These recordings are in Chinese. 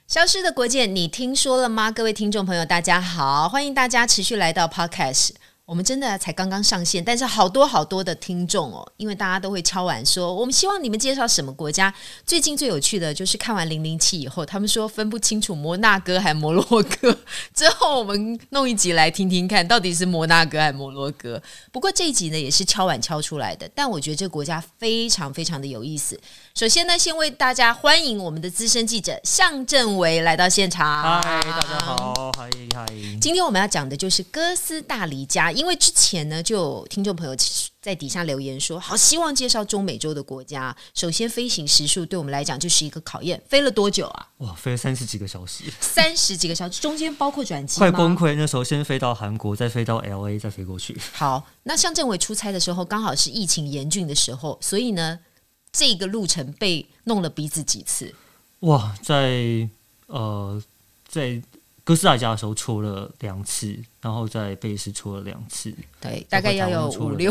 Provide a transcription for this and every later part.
消失的国界你听说了吗？各位听众朋友大家好，欢迎大家持续来到 Podcast。 我们真的才刚刚上线，但是好多的听众哦，因为大家都会敲碗说我们希望你们介绍什么国家。最近最有趣的就是看完007以后，他们说分不清楚摩纳哥还摩洛哥，之后我们弄一集来听听看到底是摩纳哥还摩洛哥。不过这一集呢也是敲碗敲出来的，但我觉得这个国家非常非常的有意思。首先呢，先为大家欢迎我们的资深记者向正维来到现场。 嗨，大家好，嗨。 今天我们要讲的就是哥斯大黎加，因为之前呢就有听众朋友在底下留言说好希望介绍中美洲的国家。首先飞行时数对我们来讲就是一个考验，飞了多久啊？ 哇，飞了30几个小时 ，30几个小时，中间包括转机吗？ 快崩溃。那时候先飞到韩国，再飞到 LA， 再飞过去。 好，那向政委出差的时候刚好是疫情严峻的时候，所以呢这个路程被弄了鼻子几次？ 哇，在哥斯达黎加的时候戳了2次，然后在贝里斯戳了2次， 对，大概要有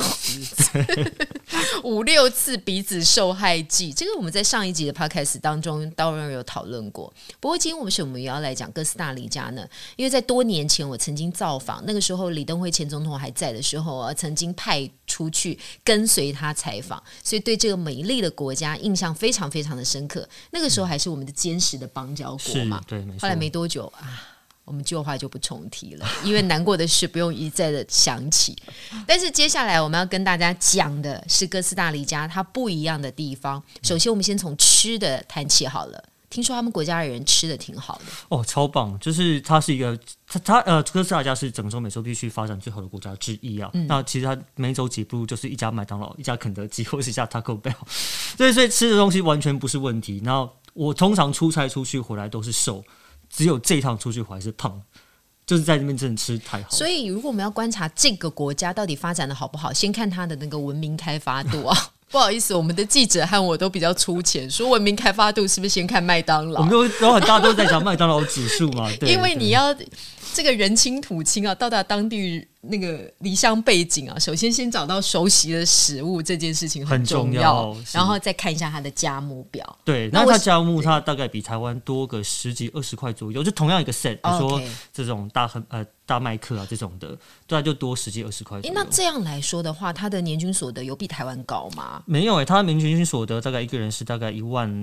五六次鼻子受害记。这个我们在上一集的 podcast 当中当然有讨论过。不过今天为什么也要来讲哥斯大黎加呢？因为在多年前我曾经造访，那个时候李登辉前总统还在的时候曾经派出去跟随他采访，所以对这个美丽的国家印象非常非常的深刻。那个时候还是我们的坚实的邦交国嘛， 对，没错。 后来没多久啊，我们旧话就不重提了，因为难过的事不用一再的想起。但是接下来我们要跟大家讲的是哥斯大黎加它不一样的地方。首先我们先从吃的谈起好了。听说他们国家的人吃的挺好的哦，超棒！就是它是一个哥斯达黎加是整中美洲地区发展最好的国家之一啊。那其实它每走几步就是一家麦当劳、一家肯德基或是一家 Taco Bell， 所以吃的东西完全不是问题。然后我通常出差出去回来都是瘦，只有这一趟出去回来是胖，就是在那边真的吃太好。 所以如果我们要观察这个国家到底发展的好不好，先看它的那个文明开发度啊。不好意思，我们的记者和我都比较粗浅，说文明开发度是不是先看麦当劳？ 我们都很大都在讲麦当劳指数嘛，对， 因为你要这个人亲土亲啊，到达当地那个离乡背景啊，首先找到熟悉的食物这件事情很重要，然后再看一下它的价目表。 对，那它价目它大概比台湾多个10几20块左右，就同样一个 set， 比如说这种大麦克啊这种的，对，就多10几20块左右。 那这样来说的话，它的年均所得有比台湾高吗？ 没有它的年均所得大概一个人是大概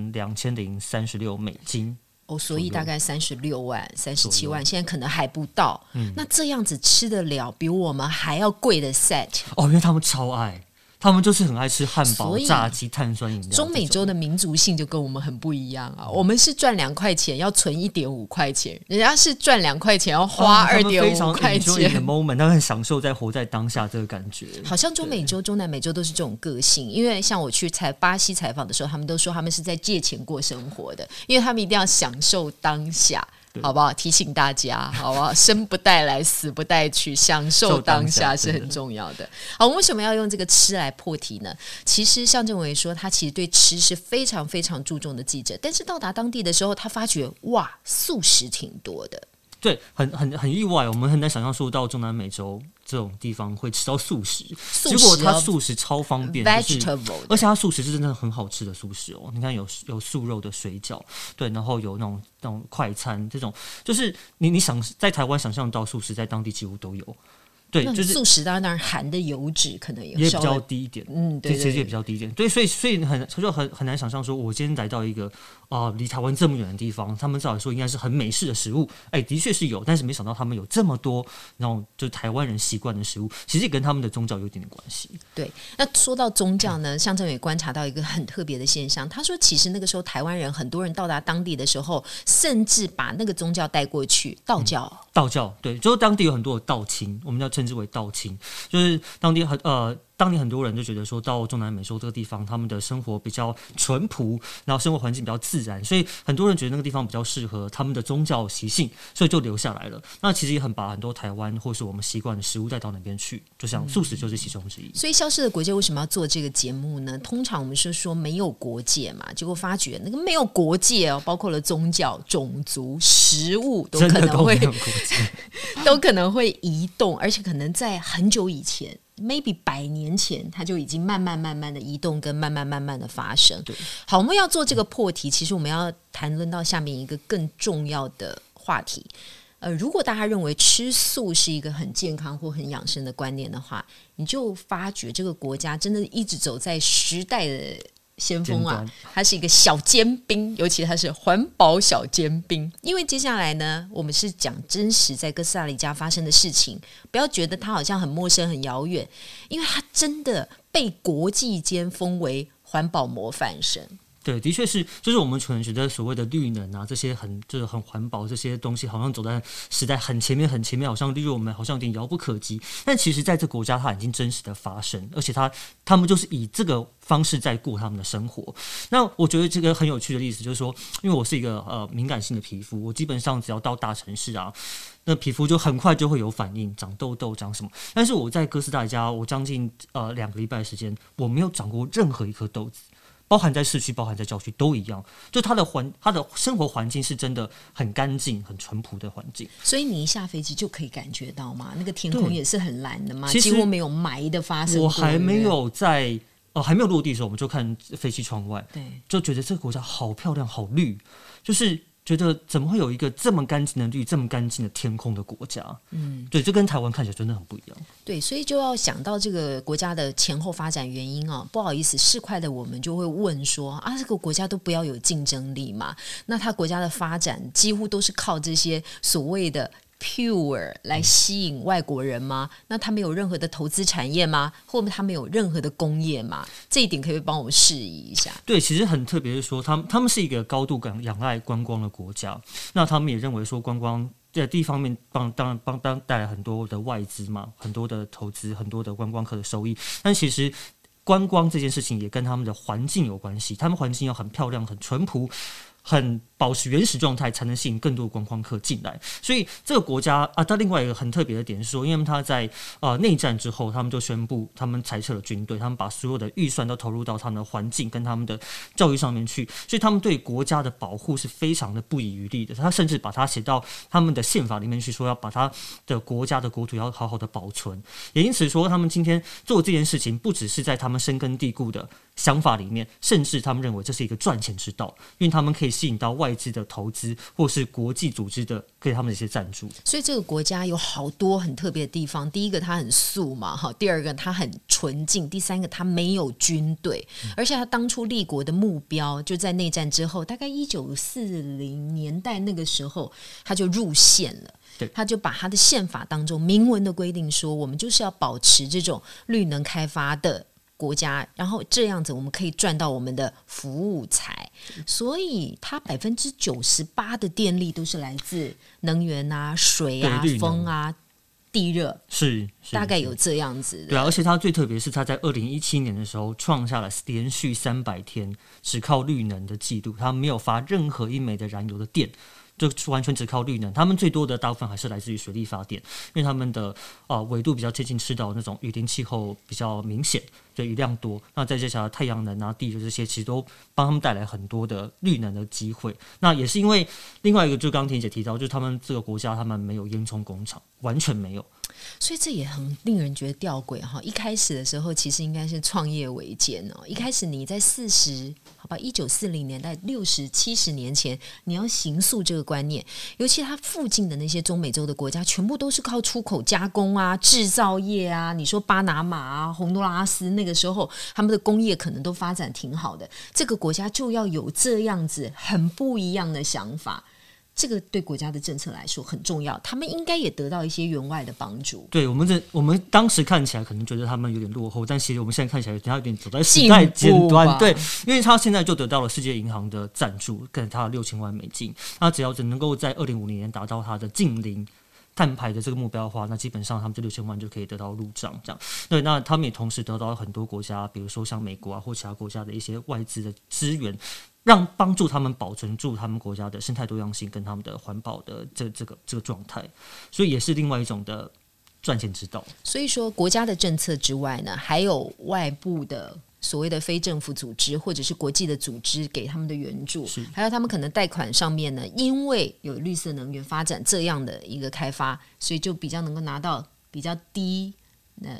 12036美金。 哦，所以大概36万、37万，现在可能还不到。那这样子吃得了比我们还要贵的 set？ 哦，因为他们超爱。他们就是很爱吃汉堡、炸鸡、碳酸饮料。 中美洲的民族性就跟我们很不一样啊！我们是赚2块钱要存1.5块钱，人家是赚2块钱要花2.5块钱。 他们 moment， 他们很享受在活在当下这个感觉。 好像中美洲、中南美洲都是这种个性，因为像我去巴西采访的时候，他们都说他们是在借钱过生活的，因为他们一定要享受当下。好不好？提醒大家，好不好？生不带来，死不带去，享受当下是很重要的。好，我们为什么要用这个吃来破题呢？其实向政委说，他其实对吃是非常非常注重的记者，但是到达当地的时候，他发觉哇，素食挺多的。 对，很意外，我们很难想象说到中南美洲这种地方会吃到素食，结果它素食超方便，而且它素食是真的很好吃的素食哦。你看有素肉的水饺，对，然后有那种快餐，这种就是你想在台湾想象到素食，在当地几乎都有。对，就是素食当然含的油脂可能也比较低一点， 对， 其实也比较低一点。对，所以很难想象说，我今天来到一个离台湾这么远的地方，他们照理说应该是很美式的食物，的确是有，但是没想到他们有这么多那种就是台湾人习惯的食物，其实也跟他们的宗教有一点点关系。 对，那说到宗教呢，向政委观察到一个很特别的现象，他说其实那个时候台湾人很多人到达当地的时候，甚至把那个宗教带过去，道教， 对，就是当地有很多的道亲，我们要称之为道亲，就是当地很多人就觉得说到中南美洲这个地方，他们的生活比较淳朴，然后生活环境比较自然，所以很多人觉得那个地方比较适合他们的宗教习性，所以就留下来了。那其实也很把很多台湾或是我们习惯的食物带到那边去，就像素食就是其中之一。 所以消失的国界为什么要做这个节目呢？通常我们是说没有国界嘛，结果发觉那个没有国界哦，包括了宗教、种族、食物都可能会都可能会移动，而且可能在很久以前 maybe 100年前它就已经慢慢的移动跟慢慢的发生。 对， 好，我们要做这个破题，其实我们要谈论到下面一个更重要的话题。如果大家认为吃素是一个很健康或很养生的观念的话，你就发觉这个国家真的一直走在时代的先锋啊，它是一个小尖兵，尤其它是环保小尖兵。因为接下来呢，我们是讲真实在哥斯达黎加发生的事情，不要觉得它好像很陌生很遥远，因为它真的被国际间封为环保模范生。 对，的确是，就是我们可能觉得所谓的绿能啊，这些就是很环保这些东西，好像走在时代很前面，好像离我们好像有点遥不可及。但其实，在这国家，它已经真实的发生，而且他们就是以这个方式在过他们的生活。那我觉得这个很有趣的例子就是说，因为我是一个敏感性的皮肤，我基本上只要到大城市啊，那皮肤就很快就会有反应，长痘痘，长什么。但是我在哥斯达黎加，我将近2个礼拜的时间，我没有长过任何一颗痘子。包含在市区，包含在郊区都一样，就它的生活环境是真的很干净、很淳朴的环境。 所以你一下飞机就可以感觉到嘛，那个天空也是很蓝的嘛， 几乎没有霾的发生过。 我还没有还没有落地的时候，我们就看飞机窗外， 对， 就觉得这个国家好漂亮、好绿，就是觉得怎么会有一个这么干净的绿、这么干净的天空的国家？对，这跟台湾看起来真的很不一样。 对，所以就要想到这个国家的前后发展原因啊。不好意思，市侩的我们就会问说啊，这个国家都不要有竞争力嘛？那它国家的发展几乎都是靠这些所谓的pure 来吸引外国人吗？那他们有任何的投资产业吗？或者他们有任何的工业吗？这一点可以帮我们示意一下。 对，其实很特别是说，他们是一个高度仰赖观光的国家，那他们也认为说观光在第一方面当然带来很多的外资嘛，很多的投资，很多的观光客的收益，但其实观光这件事情也跟他们的环境有关系，他们环境要很漂亮、很淳朴、很保持原始状态，才能吸引更多的观光客进来。所以这个国家啊，它另外一个很特别的点是说，因为他在内战之后，他们就宣布他们裁撤了军队，他们把所有的预算都投入到他们的环境跟他们的教育上面去，所以他们对国家的保护是非常的不遗余力的。他甚至把它写到他们的宪法里面去，说要把他的国家的国土要好好的保存。也因此说，他们今天做这件事情，不只是在他们深根蒂固的想法里面，甚至他们认为这是一个赚钱之道，因为他们可以吸引到外资的投资，或是国际组织的给他们的一些赞助。 所以这个国家有好多很特别的地方。第一个，它很素嘛，第二个，它很纯净；第三个，它没有军队，而且它当初立国的目标就在内战之后，大概1940年代那个时候，它就入宪了。他就把他的宪法当中明文的规定说，我们就是要保持这种绿能开发的国家，然后这样子我们可以赚到我们的服务财。所以它98%的电力都是来自能源啊、水啊、风啊、地热， 是大概有这样子的。 对啊，而且它最特别是它在2017年的时候创下了连续300天只靠绿能的记录，它没有发任何一枚的燃油的电，就完全只靠绿能。他们最多的大部分还是来自于水力发电，因为他们的纬度比较接近赤道那种雨林气候比较明显，对，雨量多。那再接下来太阳能啊、地热这些，其实都帮他们带来很多的绿能的机会。那也是因为另外一个，就刚刚婷姐提到，就是他们这个国家他们没有烟囱工厂，完全没有。 所以这也很令人觉得吊诡哈。一开始的时候，其实应该是创业维艰哦。一开始你在1940年代60、70年前，你要形塑这个观念，尤其它附近的那些中美洲的国家，全部都是靠出口加工啊、制造业啊。你说巴拿马啊、洪都拉斯那个时候，他们的工业可能都发展挺好的，这个国家就要有这样子很不一样的想法。这个对国家的政策来说很重要，他们应该也得到一些员外的帮助。 对，我们当时看起来可能觉得他们有点落后，但其实我们现在看起来他有点走在时代尖端。对，因为他现在就得到了世界银行的赞助，跟他的$6000万，他只要能够在2050年达到他的净零碳排的这个目标的话，那基本上他们这$6000万就可以得到入账。这样，对，那他们也同时得到很多国家，比如说像美国啊或其他国家的一些外资的资源，让帮助他们保存住他们国家的生态多样性跟他们的环保的这个状态，所以也是另外一种的赚钱之道。 所以说，国家的政策之外呢，还有外部的所谓的非政府组织或者是国际的组织给他们的援助，还有他们可能贷款上面呢，因为有绿色能源发展这样的一个开发，所以就比较能够拿到比较低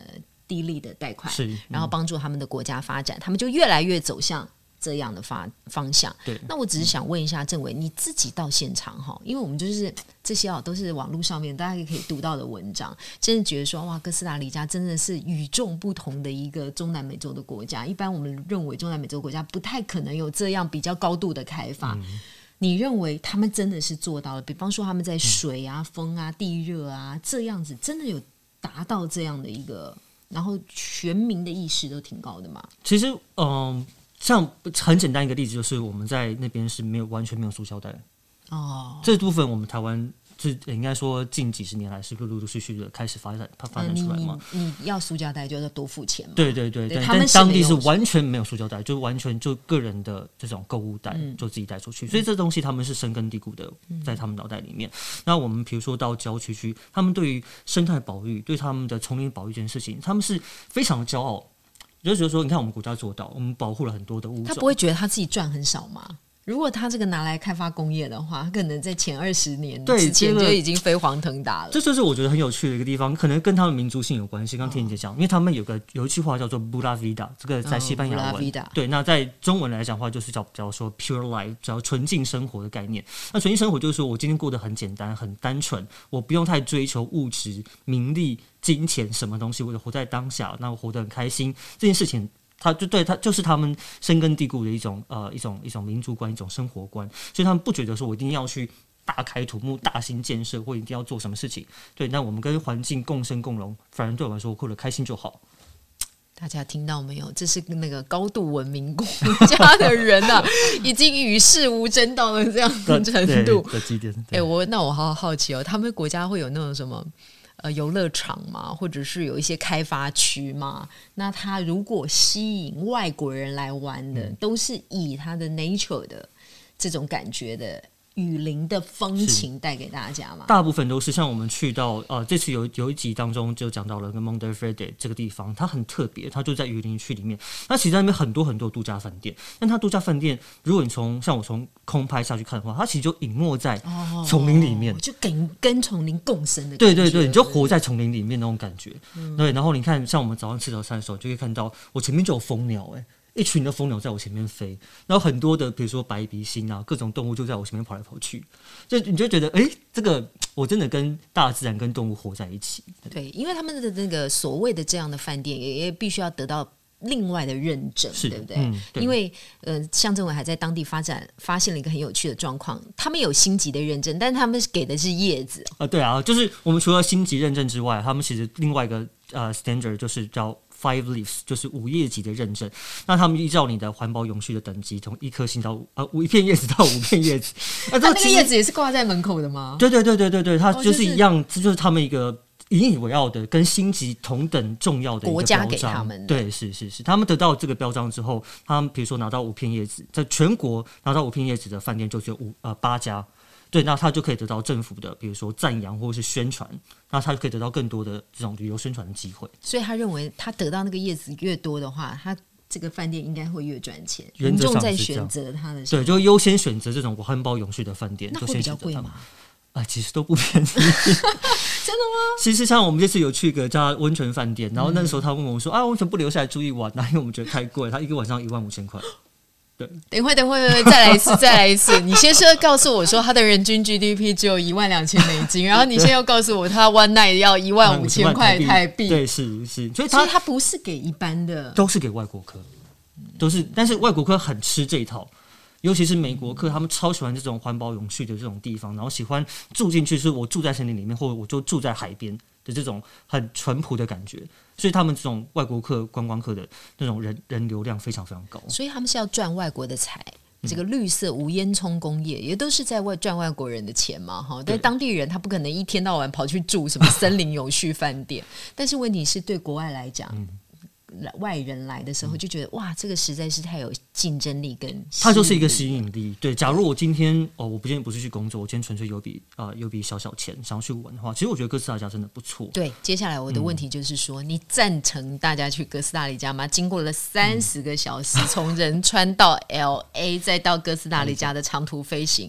低利的贷款， 是然后帮助他们的国家发展，他们就越来越走向这样的方向。 对， 那我只是想问一下政委，你自己到现场哈，因为我们就是这些都是网络上面大家可以读到的文章，真的觉得说哇，哥斯达黎加真的是与众不同的一个中南美洲的国家。一般我们认为中南美洲国家不太可能有这样比较高度的开发。你认为他们真的是做到了？比方说他们在水啊、风啊、地热啊这样子，真的有达到这样的一个，然后全民的意识都挺高的吗？ 其实像很简单一个例子，就是我们在那边是完全没有塑胶袋哦，这部分我们台湾是应该说近几十年来是陆陆续续的开始发展出来嘛。 你要塑胶袋就要多付钱嘛。 对，但当地是完全没有塑胶袋，就完全就个人的这种购物袋就自己带出去，所以这东西他们是深根蒂固的在他们脑袋里面。那我们比如说到郊区，他们对于生态保育、对他们的丛林保育这件事情，他们是非常的骄傲。就觉得说，你看我们国家做到，我们保护了很多的物种。 他不会觉得他自己赚很少吗？如果他这个拿来开发工业的话，他可能在前20年之前就已经飞黄腾达了。 这就是我觉得很有趣的一个地方，可能跟他们民族性有关系。刚天姐讲，因为他们有一句话叫做 Pura Vida， 这个在西班牙文，对，那在中文来讲的话，就是叫说 Pure Life， 叫纯净生活的概念。那纯净生活就是说我今天过得很简单、很单纯，我不用太追求物质、名利、金钱什么东西，我就活在当下，那我活得很开心。这件事情。他就是他们深根蒂固的一种民族观，一种生活观，所以他们不觉得说我一定要去大开土木、大型建设，或一定要做什么事情。对，那我们跟环境共生共荣，反而对我来说，我过得开心就好。 大家听到没有？这是那个高度文明国家的人啊，已经与世无争到了这样的程度。那我好奇哦，他们国家会有那种什么？游乐场嘛，或者是有一些开发区嘛，那它如果吸引外国人来玩的，都是以它的 nature 的这种感觉的雨林的风情带给大家嘛？ 大部分都是像我们去到这次有一集当中就讲到了跟 Monteverde 这个地方，它很特别，它就在雨林区里面。那其实在那边很多度假饭店，但它度假饭店，如果你像我从空拍下去看的话，它其实就隐没在丛林里面， 就跟丛林共生的感觉。 对，你就活在丛林里面那种感觉。对，然后你看，像我们早上吃早餐的时候，就可以看到我前面就有蜂鸟一群的蜂鸟在我前面飞，然后很多的比如说白鼻星啊，各种动物就在我前面跑来跑去，就你就觉得这个我真的跟大自然跟动物活在一起。 对，因为他们的那个所谓的这样的饭店也必须要得到另外的认证，对不对？对，因为向政委还在当地发现了一个很有趣的状况，他们有星级的认证，但是他们给的是叶子对啊，就是我们除了星级认证之外，他们其实另外一个standard 就是叫5 leaves， 就是5叶级的认证。那他们依照你的环保永续的等级，从1颗星到1片叶子到5片叶子。 那个叶子也是挂在门口的吗？ 对，它就是一样，这就是他们一个引以为傲的、跟星级同等重要的一个标章。国家给他们的。对，是，他们得到这个标章之后，他们比如说拿到5片叶子，在全国拿到5片叶子的饭店就只有8家。对，那他就可以得到政府的，比如说赞扬或是宣传，那他就可以得到更多的这种旅游宣传的机会。 所以他认为，他得到那个叶子越多的话，他这个饭店应该会越赚钱。 民众在选择他的， 对，就优先选择这种环保永续的饭店。 那会比较贵吗？ 其实都不便宜。真的吗？ 其实像我们这次有去一个家温泉饭店，然后那时候他问我说：“温泉不留下来住一晚？”因为我们觉得太贵，他一个晚上15000块。对， 等会，再来一次。你先告诉我说他的人均 GDP 只有12000美金，然后你现在又告诉我他 one night 要15000块台币。 对，是，所以他不是给一般的， 都是给外国客，都是。但是外国客很吃这一套，尤其是美国客，他们超喜欢这种环保永续的这种地方，然后喜欢住进去，是我住在森林里面，或者我就住在海边的这种很淳朴的感觉。所以他们这种外国客、观光客的那种人流量非常非常高， 所以他们是要赚外国的财。这个绿色无烟囱工业也都是在赚外国人的钱嘛，但当地人他不可能一天到晚跑去住什么森林永续饭店。但是问题是对国外来讲，外人来的时候就觉得哇，这个实在是太有竞争力跟它就是一个吸引力。对，假如我今天我今天不是去工作，我今天纯粹有笔小钱想要去玩的话，其实我觉得哥斯达黎加真的不错。 对，接下来我的问题就是说，你赞成大家去哥斯达黎加吗？经过了30个小时，从仁川到 LA 再到哥斯达黎加的长途飞行，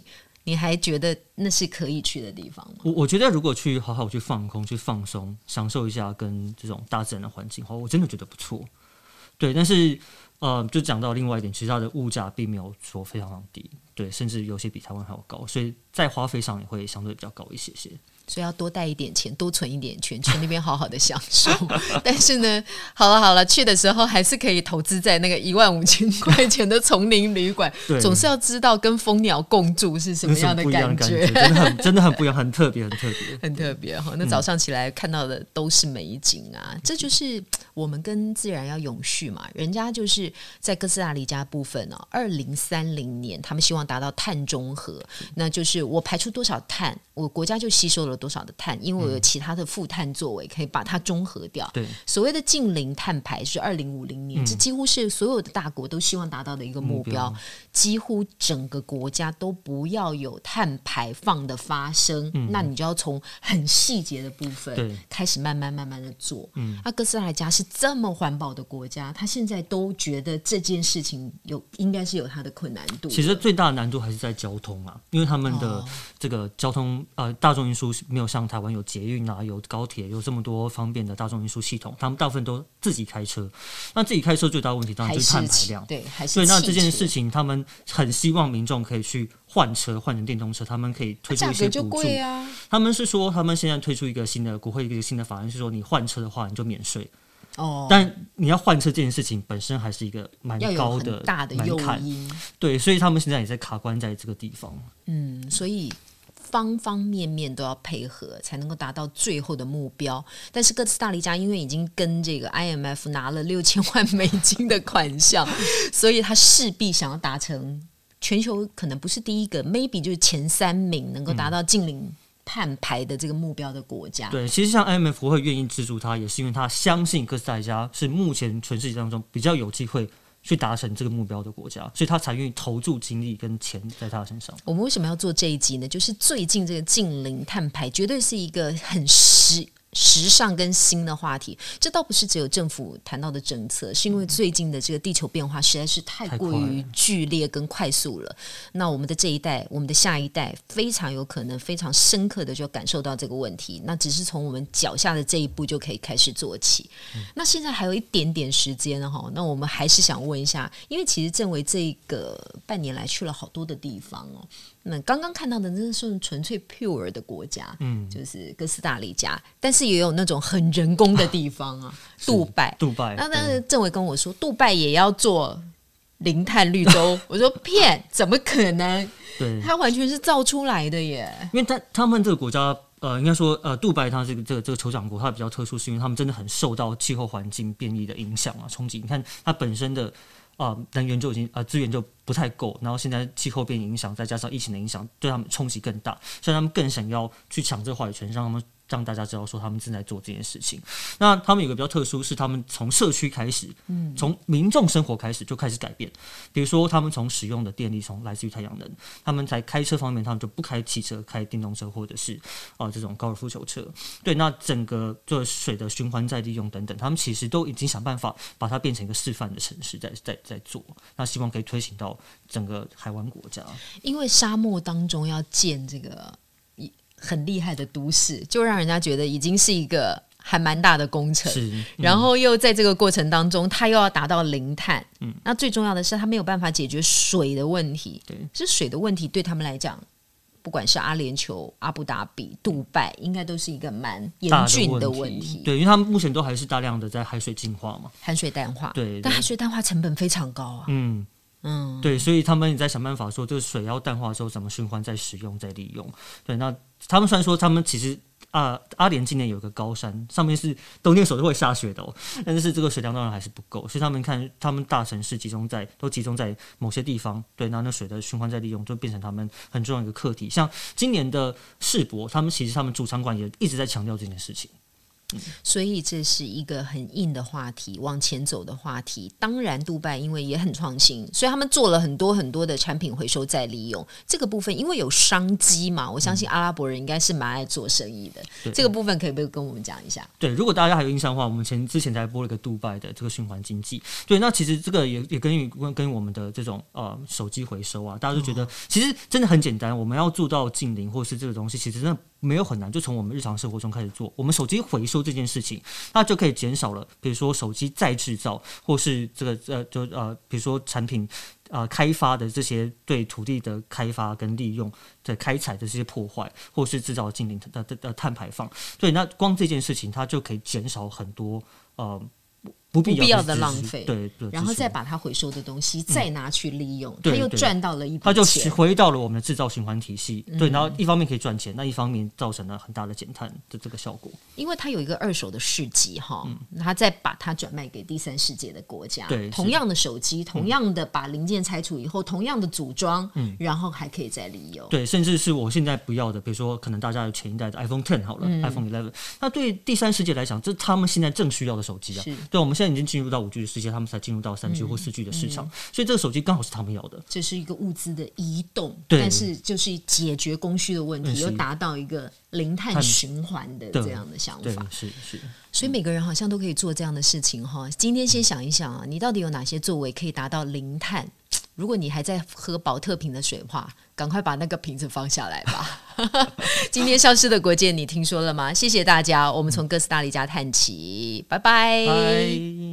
你还觉得那是可以去的地方吗？ 我觉得如果去好好去放空、去放松、享受一下跟这种大自然的环境，我真的觉得不错。对，但是就讲到另外一点，其实它的物价并没有说非常低，对，甚至有些比台湾还要高，所以在花费上也会相对比较高一些些。 所以要多带一点钱，多存一点钱，去那边好好的享受。但是呢，好了，去的时候还是可以投资在那个15000块钱的丛林旅馆，总是要知道跟蜂鸟共住是什么样的感觉， 真的很不一样，很特别， 很特别哈。那早上起来看到的都是美景啊，这就是我们跟自然要永续嘛。人家就是在哥斯达黎加部分2030年他们希望达到碳中和，那就是我排出多少碳，我国家就吸收了多少的碳，因为我有其他的负碳作为可以把它中和掉。 对， 所谓的净零碳排是2050年，这几乎是所有的大国都希望达到的一个目标。几乎整个国家都不要有碳排放的发生，那你就要从很细节的部分开始慢慢的做。那哥斯达黎加是这么环保的国家，他现在都觉得这件事情应该是有它的困难度。 其实最大的难度还是在交通啊，因为他们的这个交通大众运输没有像台湾有捷运啊，有高铁，有这么多方便的大众运输系统，他们大部分都自己开车。那自己开车最大的问题当然就是碳排量， 对，还是所以那这件事情他们很希望民众可以去换车，换成电动车，他们可以推出一些补助。他们是说，他们现在推出一个新的国会一个新的法案，是说你换车的话你就免税。但你要换车这件事情本身还是一个蛮高的大的诱因， 对，所以他们现在也在卡关在这个地方。 所以方方面面都要配合，才能够达到最后的目标。但是哥斯达黎加因为已经跟这个 IMF 拿了$6000万的款项，所以他势必想要达成全球可能不是第一个 maybe 就是前3名能够达到净零碳排的这个目标的国家。 对，其实像 IMF 会愿意资助他，也是因为他相信哥斯达黎加是目前全世界当中比较有机会去达成这个目标的国家，所以他才愿意投注精力跟钱在他身上。 我们为什么要做这一集呢？就是最近这个净零碳排绝对是一个很时尚跟新的话题，这倒不是只有政府谈到的政策，是因为最近的这个地球变化实在是太过于剧烈跟快速了。那我们的这一代，我们的下一代，非常有可能非常深刻的就感受到这个问题。那只是从我们脚下的这一步就可以开始做起。那现在还有一点点时间哈，那我们还是想问一下，因为其实政委这个半年来去了好多的地方哦。那刚刚看到的那是纯粹 pure 的国家，就是哥斯达黎加，但是也有那种很人工的地方啊，杜拜。那政委跟我说，杜拜也要做零碳绿洲，我说骗，怎么可能？ 对， 它完全是造出来的耶。 因为他们这个国家，应该说，杜拜它这个酋长国，它比较特殊，是因为他们真的很受到气候环境变异的影响啊，冲击。你看它本身的。能源就已经资源就不太够，然后现在气候变影响，再加上疫情的影响，对他们冲击更大，所以他们更想要去抢这个话语权，让大家知道说他们正在做这件事情。那他们有个比较特殊，是他们从社区开始，从民众生活开始就开始改变。比如说，他们从使用的电力从来自于太阳能，他们在开车方面，他们就不开汽车，开电动车或者是这种高尔夫球车。对，那整个做水的循环再利用等等，他们其实都已经想办法把它变成一个示范的城市，在做。那希望可以推行到整个海湾国家， 因为沙漠当中要建这个很厉害的都市，就让人家觉得已经是一个还蛮大的工程。然后又在这个过程当中，它又要达到零碳。那最重要的是，它没有办法解决水的问题。这水的问题对他们来讲，不管是阿联酋、阿布达比、杜拜，应该都是一个蛮严峻的问题。 对，因为他们目前都还是大量的在海水净化嘛， 海水淡化。 对， 但海水淡化成本非常高啊。 对，所以他们也在想办法说，这个水要淡化之后怎么循环再使用再利用。对，那他们虽然说他们其实阿联今年有一个高山，上面是冬天的时候都会下雪的但是这个水量当然还是不够，所以他们看他们大城市都集中在某些地方，对，那水的循环再利用就变成他们很重要的一个课题。像今年的世博，他们主场馆也一直在强调这件事情。 所以这是一个很硬的话题，往前走的话题。当然杜拜因为也很创新，所以他们做了很多很多的产品回收再利用这个部分，因为有商机嘛，我相信阿拉伯人应该是蛮爱做生意的。这个部分可以不可以跟我们讲一下？ 对，如果大家还有印象的话，我们之前才播了一个杜拜的这个循环经济。对，那其实这个也跟我们的这种手机回收啊，大家就觉得其实真的很简单，我们要做到净零或是这个东西，其实真的没有很难，就从我们日常生活中开始做。我们手机回收这件事情，那就可以减少了，比如说手机再制造，或是这个比如说产品开发的这些对土地的开发跟利用的开采的这些破坏，或是制造净零的碳排放。对，那光这件事情，它就可以减少很多不必要的浪费， 对， 然后再把它回收的东西再拿去利用，它又赚到了一笔钱，它就回到了我们的制造循环体系。对，然后一方面可以赚钱，那一方面造成了很大的减碳的这个效果。 因为它有一个二手的市集哈，它再把它转卖给第三世界的国家， 对， 同样的手机，同样的把零件拆除以后，同样的组装，然后还可以再利用。 对，甚至是我现在不要的，比如说可能大家有前一代的 iPhone X 好了，iPhone 11，那对第三世界来讲，这是他们现在正需要的手机啊。对，我们现在已经进入到5G 的世界，他们才进入到3G 或4G 的市场，所以这个手机刚好是他们要的。 这是一个物资的移动，但是就是解决供需的问题，又达到一个零碳循环的这样的想法。 是， 所以每个人好像都可以做这样的事情哈。今天先想一想啊，你到底有哪些作为可以达到零碳？如果你还在喝宝特瓶的水的话，赶快把那个瓶子放下来吧。今天消失的国界你听说了吗？谢谢大家，我们从哥斯达黎加谈起，拜拜。